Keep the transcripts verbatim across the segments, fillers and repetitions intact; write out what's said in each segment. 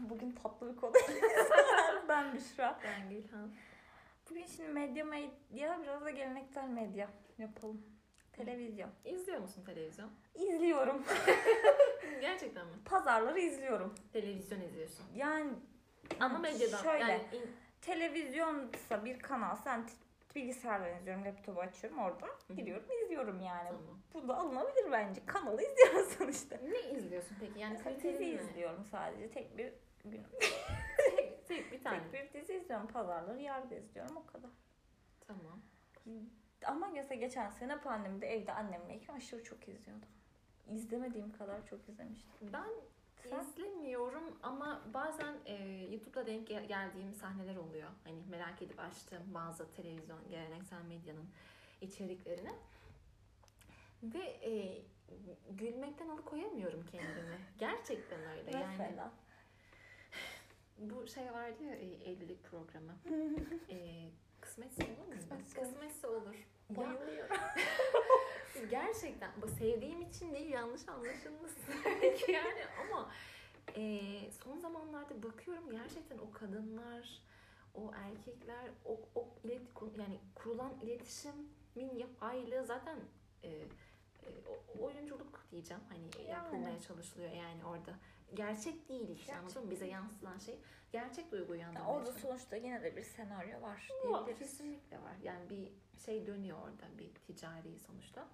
Bugün tatlı bir konuyuz. Ben Büşra. Ben Gülhan. Bugün şimdi medya medya biraz da geleneksel medya yapalım. Televizyon. İzliyor musun televizyon? İzliyorum. Gerçekten mi? Pazarları izliyorum. Televizyon izliyorsun. Yani ama medyadan. Şöyle. Yani in... Televizyonsa bir kanal. Sen bilgisayardan izliyorum. Laptopu açıyorum orada. Hı-hı. Giriyorum izliyorum yani. Tamam. Bu da alınabilir bence. Kanalı izliyorsun işte. Ne izliyorsun peki? Yani dizi izliyorum sadece. Tek bir gün. tek, tek bir tane. Tek bir dizi izliyorum. Pazarları yerde izliyorum. O kadar. Tamam. Ama mesela geçen sene pandemide evde annemleyken aşırı çok izliyordum. İzlemediğim kadar çok izlemiştim. Ben Sen? izlemiyorum ama bazen e, YouTube'da denk gel- geldiğim sahneler oluyor. Hani merak edip açtığım bazı televizyon, geleneksel medyanın içeriklerini. Ve e, gülmekten alıkoyamıyorum kendimi. Gerçekten öyle. Mesela? Yani, bu şey vardı ya evlilik programı. e, Kısmetse olur mu? Kısmetse, Kısmetse olur. Bayılıyorum. Gerçekten bu sevdiğim için değil, yanlış anlaşılmasın. Yani ama e, son zamanlarda bakıyorum gerçekten o kadınlar, o erkekler, o, o ilet, yani kurulan iletişimin yapaylığı zaten e, e, o, oyunculuk diyeceğim. Hani yapılmaya yani. çalışılıyor yani orada. Gerçek değil işte, gerçek anladın mı? Bize yansıtılan şey gerçek duygu uyandırmaya yani orada sonuçta yine de bir senaryo var diyebiliriz. Kesinlikle var. Yani bir şey dönüyor orada, bir ticari sonuçta.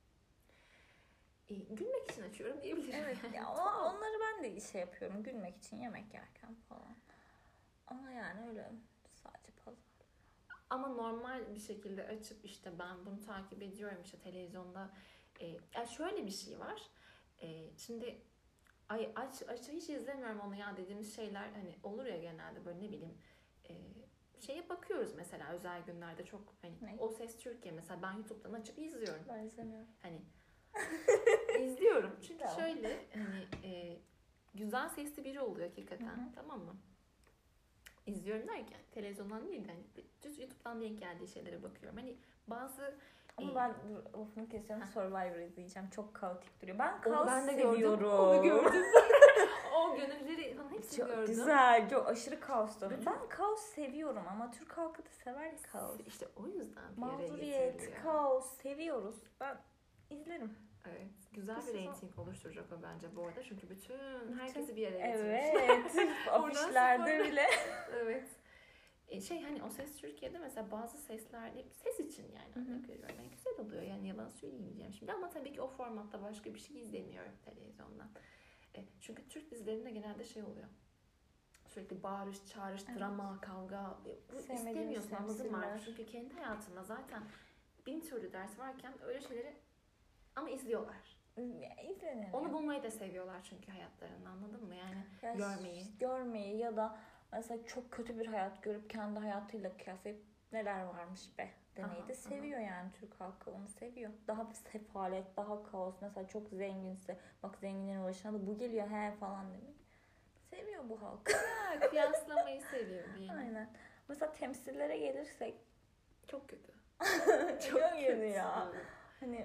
E, gülmek için açıyorum diyebilirim. Evet yani. ya tamam. Onları ben de şey yapıyorum. Gülmek için yemek yerken falan. Ama yani öyle sadece pazar. Ama normal bir şekilde açıp işte ben bunu takip ediyorum işte televizyonda. E, yani şöyle bir şey var. E, şimdi ay aç aç hiç izlemiyorum onu ya dediğimiz şeyler hani olur ya genelde böyle ne bileyim e, şeye bakıyoruz mesela özel günlerde çok hani ne? O Ses Türkiye mesela ben YouTube'dan açıp izliyorum. Ben izlemiyorum. Hani izliyorum çünkü tamam. Şöyle hani e, güzel sesli biri oluyor hakikaten. Hı-hı. Tamam mı? İzliyorum derken televizyondan değil de hani düz YouTube'dan denk geldiği şeylere bakıyorum. Hani bazı ama e, ben lafını kesiyorum, Survivor izleyeceğim. Çok kaotik duruyor. Ben kaos ben de seviyorum. Gördüm, onu gördüm. O gönülleri falan hepsini çok gördüm. Güzel, çok aşırı kaos dolu. Ben kaos seviyorum ama Türk halkı da sever kaos. İşte o yüzden bir mağduriyet, kaos seviyoruz. Ben izlerim. Evet. Güzel bir reyting oluşturacak o bence bu arada. Çünkü bütün, bütün herkesi bir yere getirmiş. Evet. Afişlerde bile. Evet. E şey hani o Ses Türkiye'de mesela bazı seslerde ses için yani örnek veriyorum. Yani güzel oluyor yani yalan söyleyemeyeceğim şimdi ama tabii ki o formatta başka bir şey izlemiyorum televizyondan. E, çünkü Türk dizilerinde genelde şey oluyor. Sürekli bağırış, çağırış, evet. Drama, kavga. Bu istemiyorsun anladın mı? Çünkü kendi hayatında zaten bin türlü ders varken öyle şeyleri ama izliyorlar. İzlenir. Onu bulmayı da seviyorlar çünkü hayatlarında anladın mı? Yani ya görmeyi. Görmeyi ya da mesela çok kötü bir hayat görüp kendi hayatıyla kıyaslayıp neler varmış be demeyi aha, de seviyor aha. Yani Türk halkı onu seviyor. Daha bir sefalet, daha kaos. Mesela çok zenginse bak zenginlerin başına da bu geliyor he falan demek. Seviyor bu halk. Ya, kıyaslamayı seviyor diyelim. Aynen. Mesela temsillere gelirsek çok kötü. çok kötü ya. Hani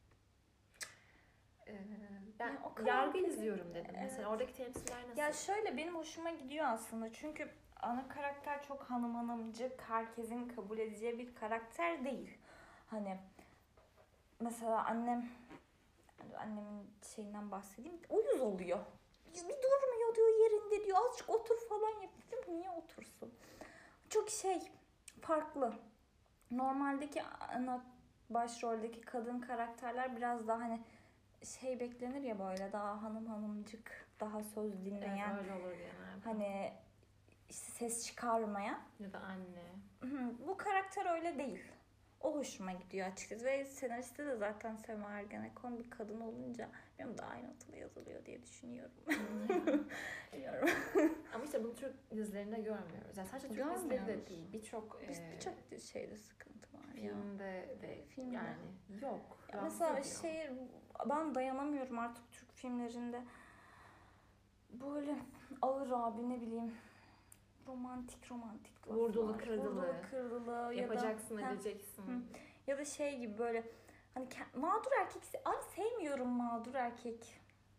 ben yani yargı izliyorum dedim. Evet. Mesela oradaki temsiller nasıl? Ya şöyle benim hoşuma gidiyor aslında. Çünkü ana karakter çok hanım hanımcık, herkesin kabul edeceği bir karakter değil. Hani mesela annem annemin şeyinden bahsedeyim. Uyuz oluyor. Bir durmuyor diyor yerinde diyor. Azıcık otur falan yapayım. Niye otursun? Çok şey farklı. Normaldeki ana başroldeki kadın karakterler biraz daha hani şey beklenir ya böyle daha hanım hanımcık, daha söz dinleyen. Evet, öyle olur genelde. Hani işte ses çıkarmayan. Ya da anne. Bu karakter öyle değil. O hoşuma gidiyor açıkçası. Ve senaristi de zaten Sema Ergenekon bir kadın olunca benim daha ayrıntılı yazılıyor diye düşünüyorum. Bilmiyorum. Ama işte bunu Türk dizilerinde görmüyoruz. Yani sadece Türk dizileri de değil. Birçok birçok e, şeyde sıkıntı var filmde ya. Filmde de filmde. Yani yok. Ya mesela şey ben dayanamıyorum artık Türk filmlerinde. Böyle ağır abi ne bileyim romantik romantik vurdulu kırdılı. Vurdulu kırdılı. Yapacaksın ya da, edeceksin. Hı, ya da şey gibi böyle hani mağdur erkek abi sevmiyorum mağdur erkek.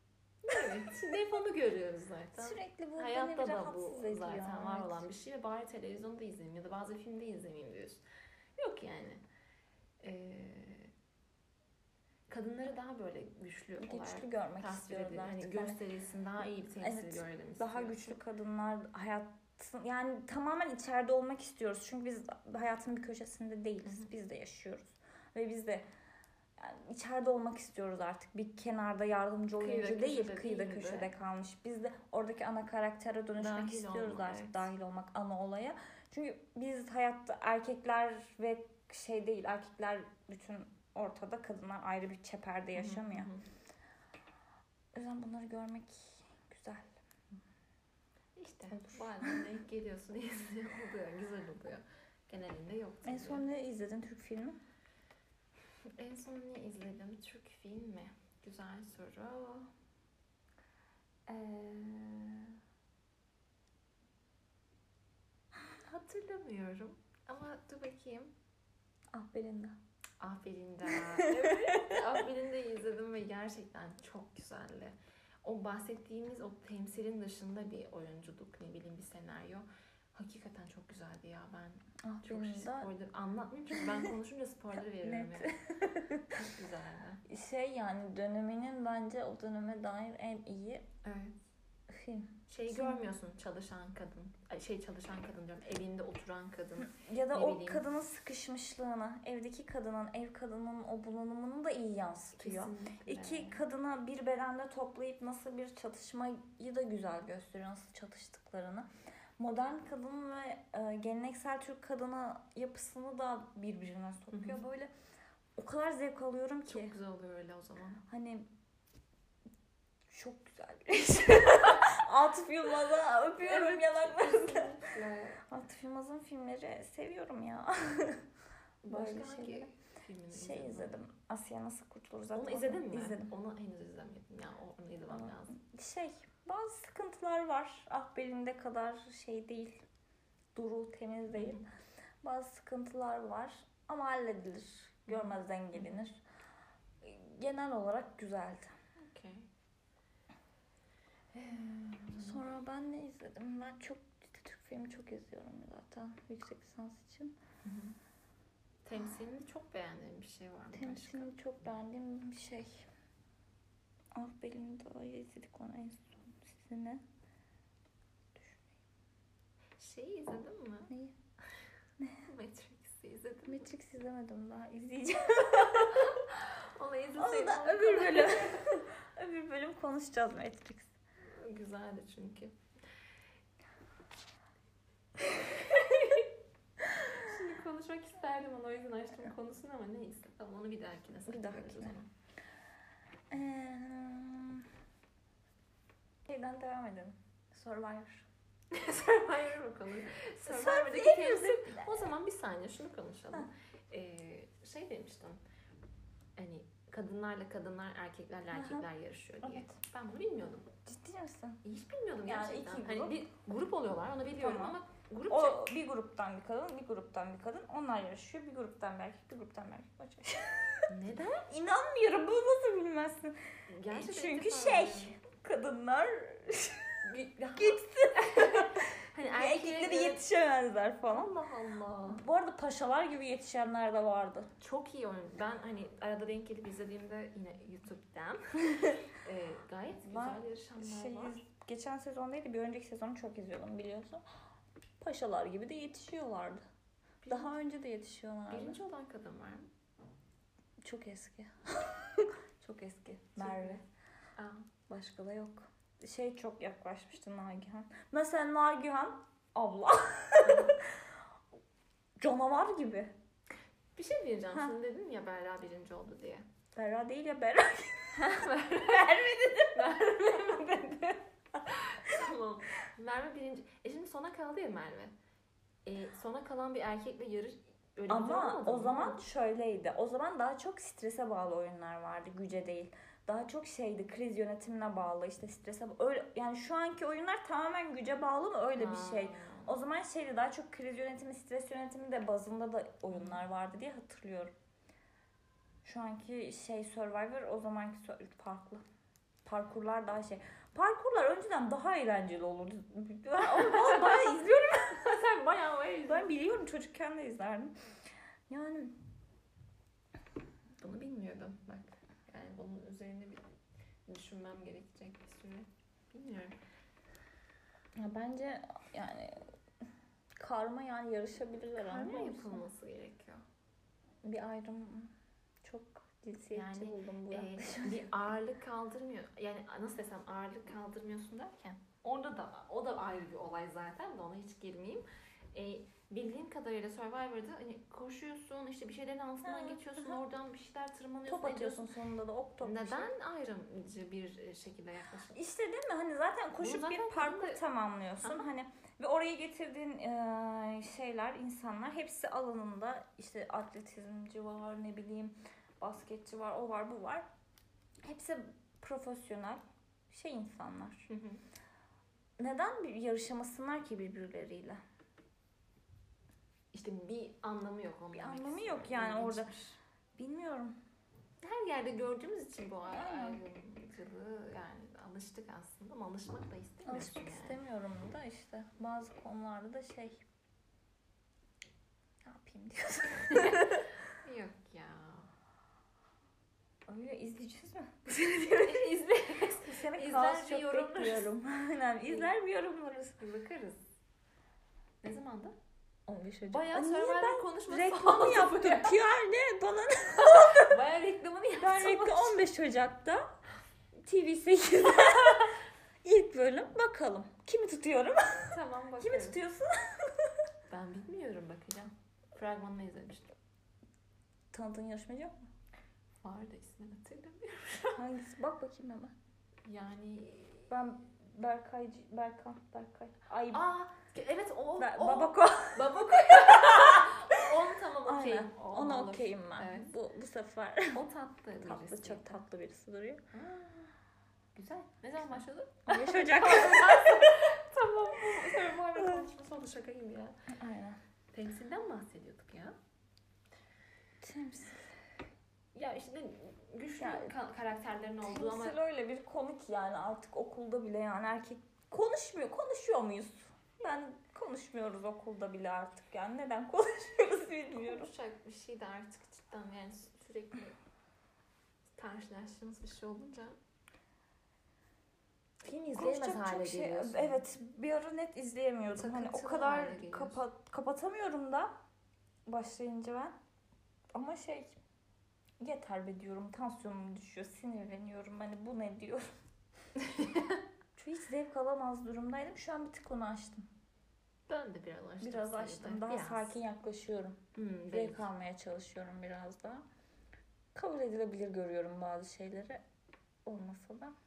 Evet. Şimdi hep onu görüyoruz zaten. Sürekli bu beni Hayatta bir da rahatsız bu ediyor. zaten var Evet. olan bir şey ve bari televizyonda izlemeyeyim ya da bazı filmde izlemeyeyim diyorsun. Yok yani. Ee, kadınları daha böyle güçlü, Güçlü olarak görmek tasvir istiyoruz edilir. Hani artık. gösterilsin, daha iyi bir temsil Evet, görelim daha istiyorsun. güçlü kadınlar hayatın, yani tamamen içeride olmak istiyoruz. Çünkü biz hayatın bir köşesinde değiliz. Hı hı. Biz de yaşıyoruz. Ve biz de yani içeride olmak istiyoruz artık. Bir kenarda yardımcı Kıyıda, oyuncu değil, köşede kıyıda değil de. köşede kalmış. Biz de oradaki ana karaktere dönüşmek Dahil istiyoruz olmak, artık. evet. Dahil olmak ana olaya. Çünkü biz hayatta erkekler ve şey değil, erkekler bütün ortada, kadınlar ayrı bir çeperde yaşamıyor. Hı hı. O yüzden bunları görmek güzel. İşte Olur. bazen denk geliyorsun, izliyor oluyor, güzel oluyor. Genelinde yok tabii. En son ne izledin Türk filmi? En son ne izledim? Türk filmi. Güzel soru. Ee, hatırlamıyorum. Ama dur bakayım. Ah Belinda. Aferin de. Evet. Aferin de izledim ve gerçekten çok güzeldi. O bahsettiğimiz o temsilin dışında bir oyunculuk, ne bileyim bir senaryo. Hakikaten çok güzeldi ya. Ben Ah çok Belinda. spoiler anlatmayayım çünkü ben konuşunca spoiler veriyorum. Net. Yani. Çok güzeldi. Şey, yani döneminin bence o döneme dair en iyi Evet. film. Şey Kim? görmüyorsun, çalışan kadın. Ay, şey çalışan kadın diyorum. Evinde oturan kadın. Ya da Ne o bileyim. kadının sıkışmışlığını, evdeki kadının, ev kadının o bulunumunu da iyi yansıtıyor. Kesinlikle. İki kadını bir bedende toplayıp nasıl bir çatışmayı da güzel gösteriyor, nasıl çatıştıklarını. Modern kadın ve e, geleneksel Türk kadını yapısını da birbirine sokuyor. Hı hı. Böyle o kadar zevk alıyorum ki. Çok güzel oluyor öyle o zaman. Hani çok güzel. Atıf Yılmaz'a öpüyorum Evet, yanaklarından. kesinlikle. Atıf Yılmaz'ın filmleri seviyorum ya. Başka Böyle hangi şeyleri. filmini Şey izledin? izledim. Asya Nasıl Kurtulur zaten. Onu izledin mi? İzledim. Onu henüz izlemedim. Ya onu izlemem Ama lazım. Şey, bazı sıkıntılar var. Ah Belinde kadar şey değil. Duru, temiz değil. Hı hı. Bazı sıkıntılar var. Ama halledilir. Görmezden gelinir. Genel olarak güzeldi. Okey. Sonra ben ne izledim? Ben çok Türk filmi çok izliyorum zaten yüksek lisans için. Hı hı. Temsilini çok beğendiğim bir şey var mı? Temsilini çok beğendiğim bir şey. Ah Belinda'yı izledik onu en son. Sizinle. Şeyi izledin mi? Neyi? Matrix'i izledin mi? Matrix izlemedim daha. İzleyeceğim. Onu izleseydin. Onu da onu öbür kadar- bölüm. öbür bölüm konuşacağız Matrix. Güzeldi çünkü. Şimdi konuşmak isterdim onu, o yüzden açtım konusunu ama neyse. Tamam, onu bir dahakine saklarız o dahakine. zaman. Ee, şeyden devam edelim. Survivor. Survivor mu konuş? Survivor'daki temsil. O zaman bir saniye şunu konuşalım. Ee, şey demiştim. Hani kadınlarla kadınlar, erkeklerle Aha. erkekler yarışıyor diye. Evet. Ben bunu bilmiyordum. Ciddi misin? Hiç bilmiyordum Yani gerçekten. iki grup. Hani bir grup oluyorlar, onu biliyorum Tamam. ama grup O bir gruptan bir kadın, bir gruptan bir kadın. Onlar yarışıyor. Bir gruptan bir erkek, bir gruptan bir erkek. Maç. neden? İnanmıyorum. Bunu nasıl bilmezsin? Gerçekten Çünkü ilk defa şey, öğrendim. kadınlar Gitsin. Hani erkeklere erkeklere yetişemezler falan. Allah Allah. Bu arada paşalar gibi yetişenler de vardı. Çok iyi oyun. Ben hani arada denk gelip izlediğimde yine YouTube'dan e, gayet Ben güzel yarışanlar Şey, var. geçen sezon değil de bir önceki sezonu çok izliyordum biliyorsun. Paşalar gibi de yetişiyorlardı. Daha önce de yetişiyorlardı. Birinci olan kadın var mı? Çok eski. Çok eski. Merve. Aa, Başka da yok. Şey çok yaklaşmıştı Nagihan. Mesela Nagihan abla. Canavar gibi. bir şey diyeceğim. Ha. Şimdi dedin ya Berra birinci oldu diye. Berra değil ya Berra. Merve dedim. Merve mi dedi? Tamam. Merve birinci. E şimdi sona kaldı ya Merve. E, sona kalan bir erkekle yarış öyle bir Ama olmadı o mı? zaman şöyleydi. O zaman daha çok strese bağlı oyunlar vardı, güce değil. Daha çok şeydi, kriz yönetimine bağlı, işte strese bağlı. Öyle, yani şu anki oyunlar tamamen güce bağlı mı öyle bir şey. Ha. O zaman şeydi, daha çok kriz yönetimi, stres yönetimi de bazında da oyunlar vardı diye hatırlıyorum. Şu anki şey Survivor o zamanki so- farklı. Parkurlar daha şey. Parkurlar önceden daha eğlenceli olurdu. Ben onu bayağı, bayağı izliyorum. Sen bayağı bayağı izliyorsun. Ben biliyorum, çocukken de izlerdim. Yani bunu bilmiyordum bak. Yani bunun üzerine bir düşünmem gerekecek bir süre. Bilmiyorum. ya bence yani karma, yani yarışabilirler. Karma anlıyor musun? yapılması gerekiyor. Bir ayrım çok cinsiyetçi Yani, buldum bu Ee, yaklaşımı. bir ağırlık kaldırmıyor. Yani nasıl desem, ağırlık kaldırmıyorsun derken orada da o da ayrı bir olay zaten de ona hiç girmeyeyim. Ee, bildiğim kadarıyla Survivor'da hani koşuyorsun, işte bir şeylerin altından Ha, geçiyorsun, hı hı. oradan bir şeyler tırmanıyorsun. Top atıyorsun sonunda da, ok top bir şey. Neden ayrımcı bir şekilde yaklaşıyorsun? İşte değil mi? Hani zaten koşup zaten bir parkur kendi- tamamlıyorsun. Aha. Hani ve oraya getirdiğin e, şeyler, insanlar hepsi alanında, işte atletizmci var, ne bileyim basketçi var, o var, bu var. Hepsi profesyonel şey insanlar. Hı hı. Neden bir yarışamasınlar ki birbirleriyle? İşte bir anlamı yok. onu Bir demek anlamı istiyorum. yok yani orada. İlginçmiş. Bilmiyorum. Her yerde gördüğümüz için bu Aynen. ayrımcılığı yani alıştık aslında, ama alışmak da istemiyorsun Alışmak yani. istemiyorum da işte bazı konularda da şey, ne yapayım diyorsun. Yok ya. Öyle izleyeceğiz mi? İzle. Bu sene İzler kaos bir çok yorumlarız. bekliyorum. Aynen, izler bir yorumlarız. Bir bakarız. Ne zamanda? on beş Ocak. Bayağı Aa, niye Survivor ben konuşması reklamı oldu yaptım. ya. P R ne? Bana ne? Bayağı reklamını yaptım. Ben reklam on beş Ocak'ta T V sekizde ilk bölüm, bakalım. Kimi tutuyorum? Tamam bakarız. Kimi tutuyorsun? Ben bilmiyorum, bakacağım. Fragmanını izlemiştim. Tanıdığın yarışmacı yok mu? Vardı, ismini hatırlamıyorum. Hangisi? Bak bakayım hemen. Yani... Ben Berkay, Berkan, Berkay. Ay, Aa, evet o. Ber- o. Babako. Babako. On tamam okeyim. Aynen. O Ona olur. okeyim ben. Evet. Bu bu sefer O tatlı birisi. tatlı, çok tatlı birisi duruyor. Aa, güzel. Ne zaman başladı? on beş Ocak. Tamam. Bu Survivor konuşması oldu, şaka gibi ya. Aynen. Temsilden bahsediyorduk ya. Temsil. Ya işte güçlü Yani, ka- karakterlerin olduğu ama Temsil öyle bir komik yani, artık okulda bile yani erkek konuşmuyor. Konuşuyor muyuz? Ben konuşmuyoruz okulda bile artık yani. Neden konuşuyoruz bilmiyorum. konuşacak bir şey de artık cidden yani sürekli karşılaştığımız bir şey olunca Film izleyemez izleyemez hale hale şey. geliyorsun. Evet, bir ara net izleyemiyordum. Hani o Takıntılı kadar hale geliyorsun. kapat kapatamıyorum da başlayınca ben. Ama şey, yeter be diyorum. Tansiyonum düşüyor, sinirleniyorum. Hani bu ne diyorum. Çünkü hiç zevk alamaz durumdaydım. Şu an bir tık onu açtım. ben de biraz açtım. Biraz sayıda. açtım. Daha Biraz. sakin yaklaşıyorum. Hmm, Zevk belki. almaya çalışıyorum biraz daha. Kabul edilebilir görüyorum bazı şeyleri. Olmasa da.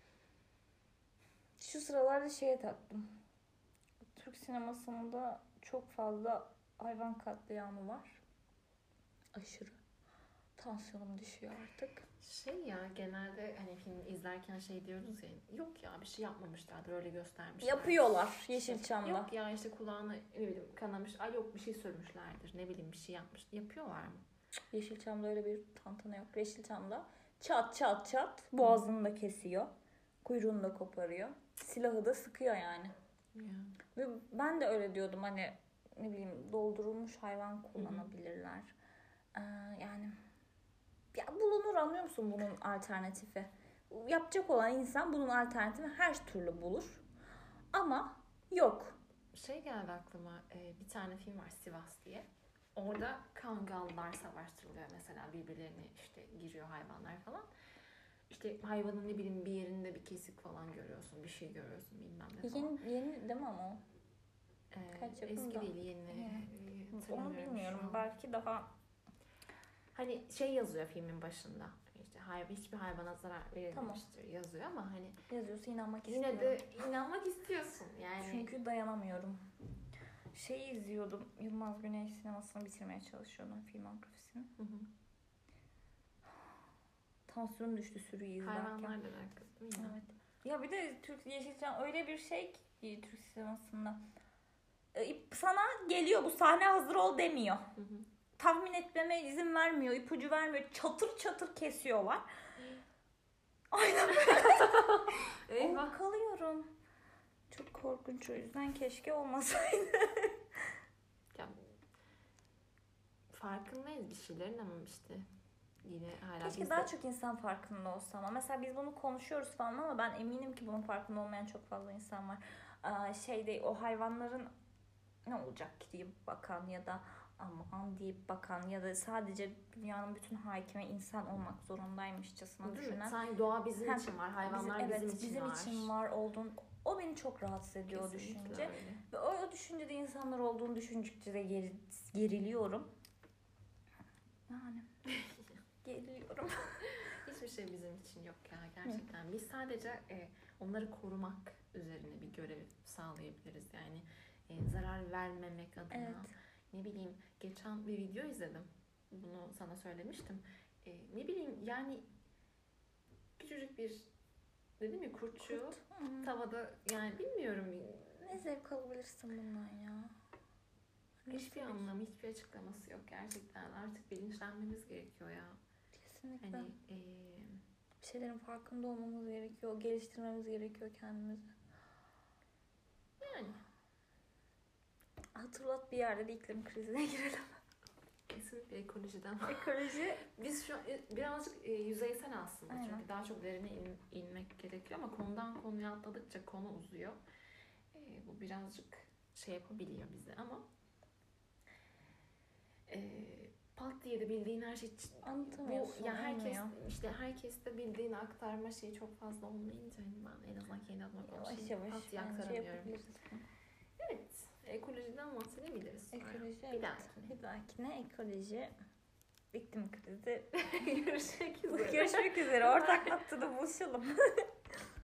Şu sıralarda şeye taktım. Türk sinemasında çok fazla hayvan katliamı var. Aşırı. Tansiyonum düşüyor artık. Şey ya, genelde hani film izlerken şey diyoruz ya, yok ya bir şey yapmamışlardır, öyle göstermişler. Yapıyorlar Yeşilçam'da. Yok ya işte kulağına ne bileyim kanamış, ay yok bir şey sürmüşlerdir, ne bileyim bir şey yapmış. Yapıyorlar mı? Yeşilçam'da öyle bir tantana yok. Yeşilçam'da çat çat çat boğazını da kesiyor. Kuyruğunu da koparıyor. Silahı da sıkıyor yani. Ya. Ve ben de öyle diyordum, hani ne bileyim doldurulmuş hayvan kullanabilirler. Ee, yani ya bulunur, anlıyor musun bunun alternatifi? Yapacak olan insan bunun alternatifi her türlü bulur. Ama yok. Şey geldi aklıma, e, bir tane film var, Sivas diye. Orada kangallar savaştırılıyor mesela, birbirlerine işte giriyor hayvanlar falan. İşte hayvanın ne bileyim bir yerinde bir kesik falan görüyorsun, bir şey görüyorsun bilmem ne falan. Yeni, yeni değil mi ama o? Ee, Kaç yapımda? eski değil, yeni. Hı. Ee, Onu hatırlamıyorum bilmiyorum. şu an. Belki daha Hani şey yazıyor filmin başında. İşte hay- hiçbir hayvana zarar verilmemiştir yazıyor ama hani yazıyorsa inanmak yine istiyorum. de inanmak istiyorsun yani. Çünkü dayanamıyorum. Şeyi izliyordum. Yılmaz Güney sinemasını bitirmeye çalışıyordum, filmografisini. Hı hı. Tansiyonum düştü sürüyü izlerken. Hayvanlarla alakalı değil mi? Evet. Ya bir de Türk Yeşilçam öyle bir şey ki Türk sinemasında. Ee, Sana geliyor, bu sahne hazır ol demiyor. Hı hı. Tahmin etmeme izin vermiyor, ipucu vermiyor. Çatır çatır kesiyorlar. Aynen böyle. korkunç, o yüzden keşke olmasaydı. Ya, farkındayız bir şeylerin ama işte yine hala Keşke biz daha de- çok insan farkında olsa ama mesela biz bunu konuşuyoruz falan ama ben eminim ki bunun farkında olmayan çok fazla insan var. Aa, şeyde o hayvanların ne olacak ki deyip bakan ya da aman deyip bakan ya da sadece dünyanın bütün hakimi insan olmak zorundaymışçasına Değil mi? düşünen. Sanki doğa bizim Ha, için var, hayvanlar bizim, evet, bizim için bizim var. için var olduğun, o beni çok rahatsız ediyor o Kesinlikle düşünce. öyle. Ve o, o düşüncede insanlar olduğunu düşündükçe de geri, geriliyorum. Yani geriliyorum. Hiçbir şey bizim için yok ya gerçekten. Biz sadece e, onları korumak üzerine bir görev sağlayabiliriz. Yani e, zarar vermemek adına. Evet. Ne bileyim, geçen bir video izledim. Bunu sana söylemiştim. E, ne bileyim yani küçücük bir, dedim ya, kurtçuğu Kurt. Hı. tavada, yani bilmiyorum, Ne zevk alabilirsin bundan ya? hiçbir anlamı, hiçbir açıklaması yok gerçekten. Artık bilinçlenmemiz gerekiyor ya. Kesinlikle. Hani e, Bir şeylerin farkında olmamız gerekiyor. Geliştirmemiz gerekiyor kendimizi. yani Hatırlat, bir yerde de iklim krizine girelim. kesinlikle ekolojiden. Ekoloji. Biz şu an birazcık e, yüzeysel aslında. Aynen. Çünkü daha çok derine in- inmek gerekiyor ama konudan konuya atladıkça konu uzuyor. E, bu birazcık şey yapabiliyor bizi ama e, pat diye de bildiğin her şey ç- Anlatamıyorsun. bu, ya herkes olmuyor. işte herkes de bildiğini aktarma şeyi çok fazla olmayınca hani ben en azından kendi adıma Yavaş konuşayım. yavaş Pat diye bence aktaramıyorum. yapabiliriz. Evet. Ekolojiden bahsedebiliriz. sonra. Ekoloji, Bir evet. dahakine. Bir dahakine ekoloji, iklim krizi. Görüşmek üzere. Görüşmek üzere. Ortak noktada buluşalım.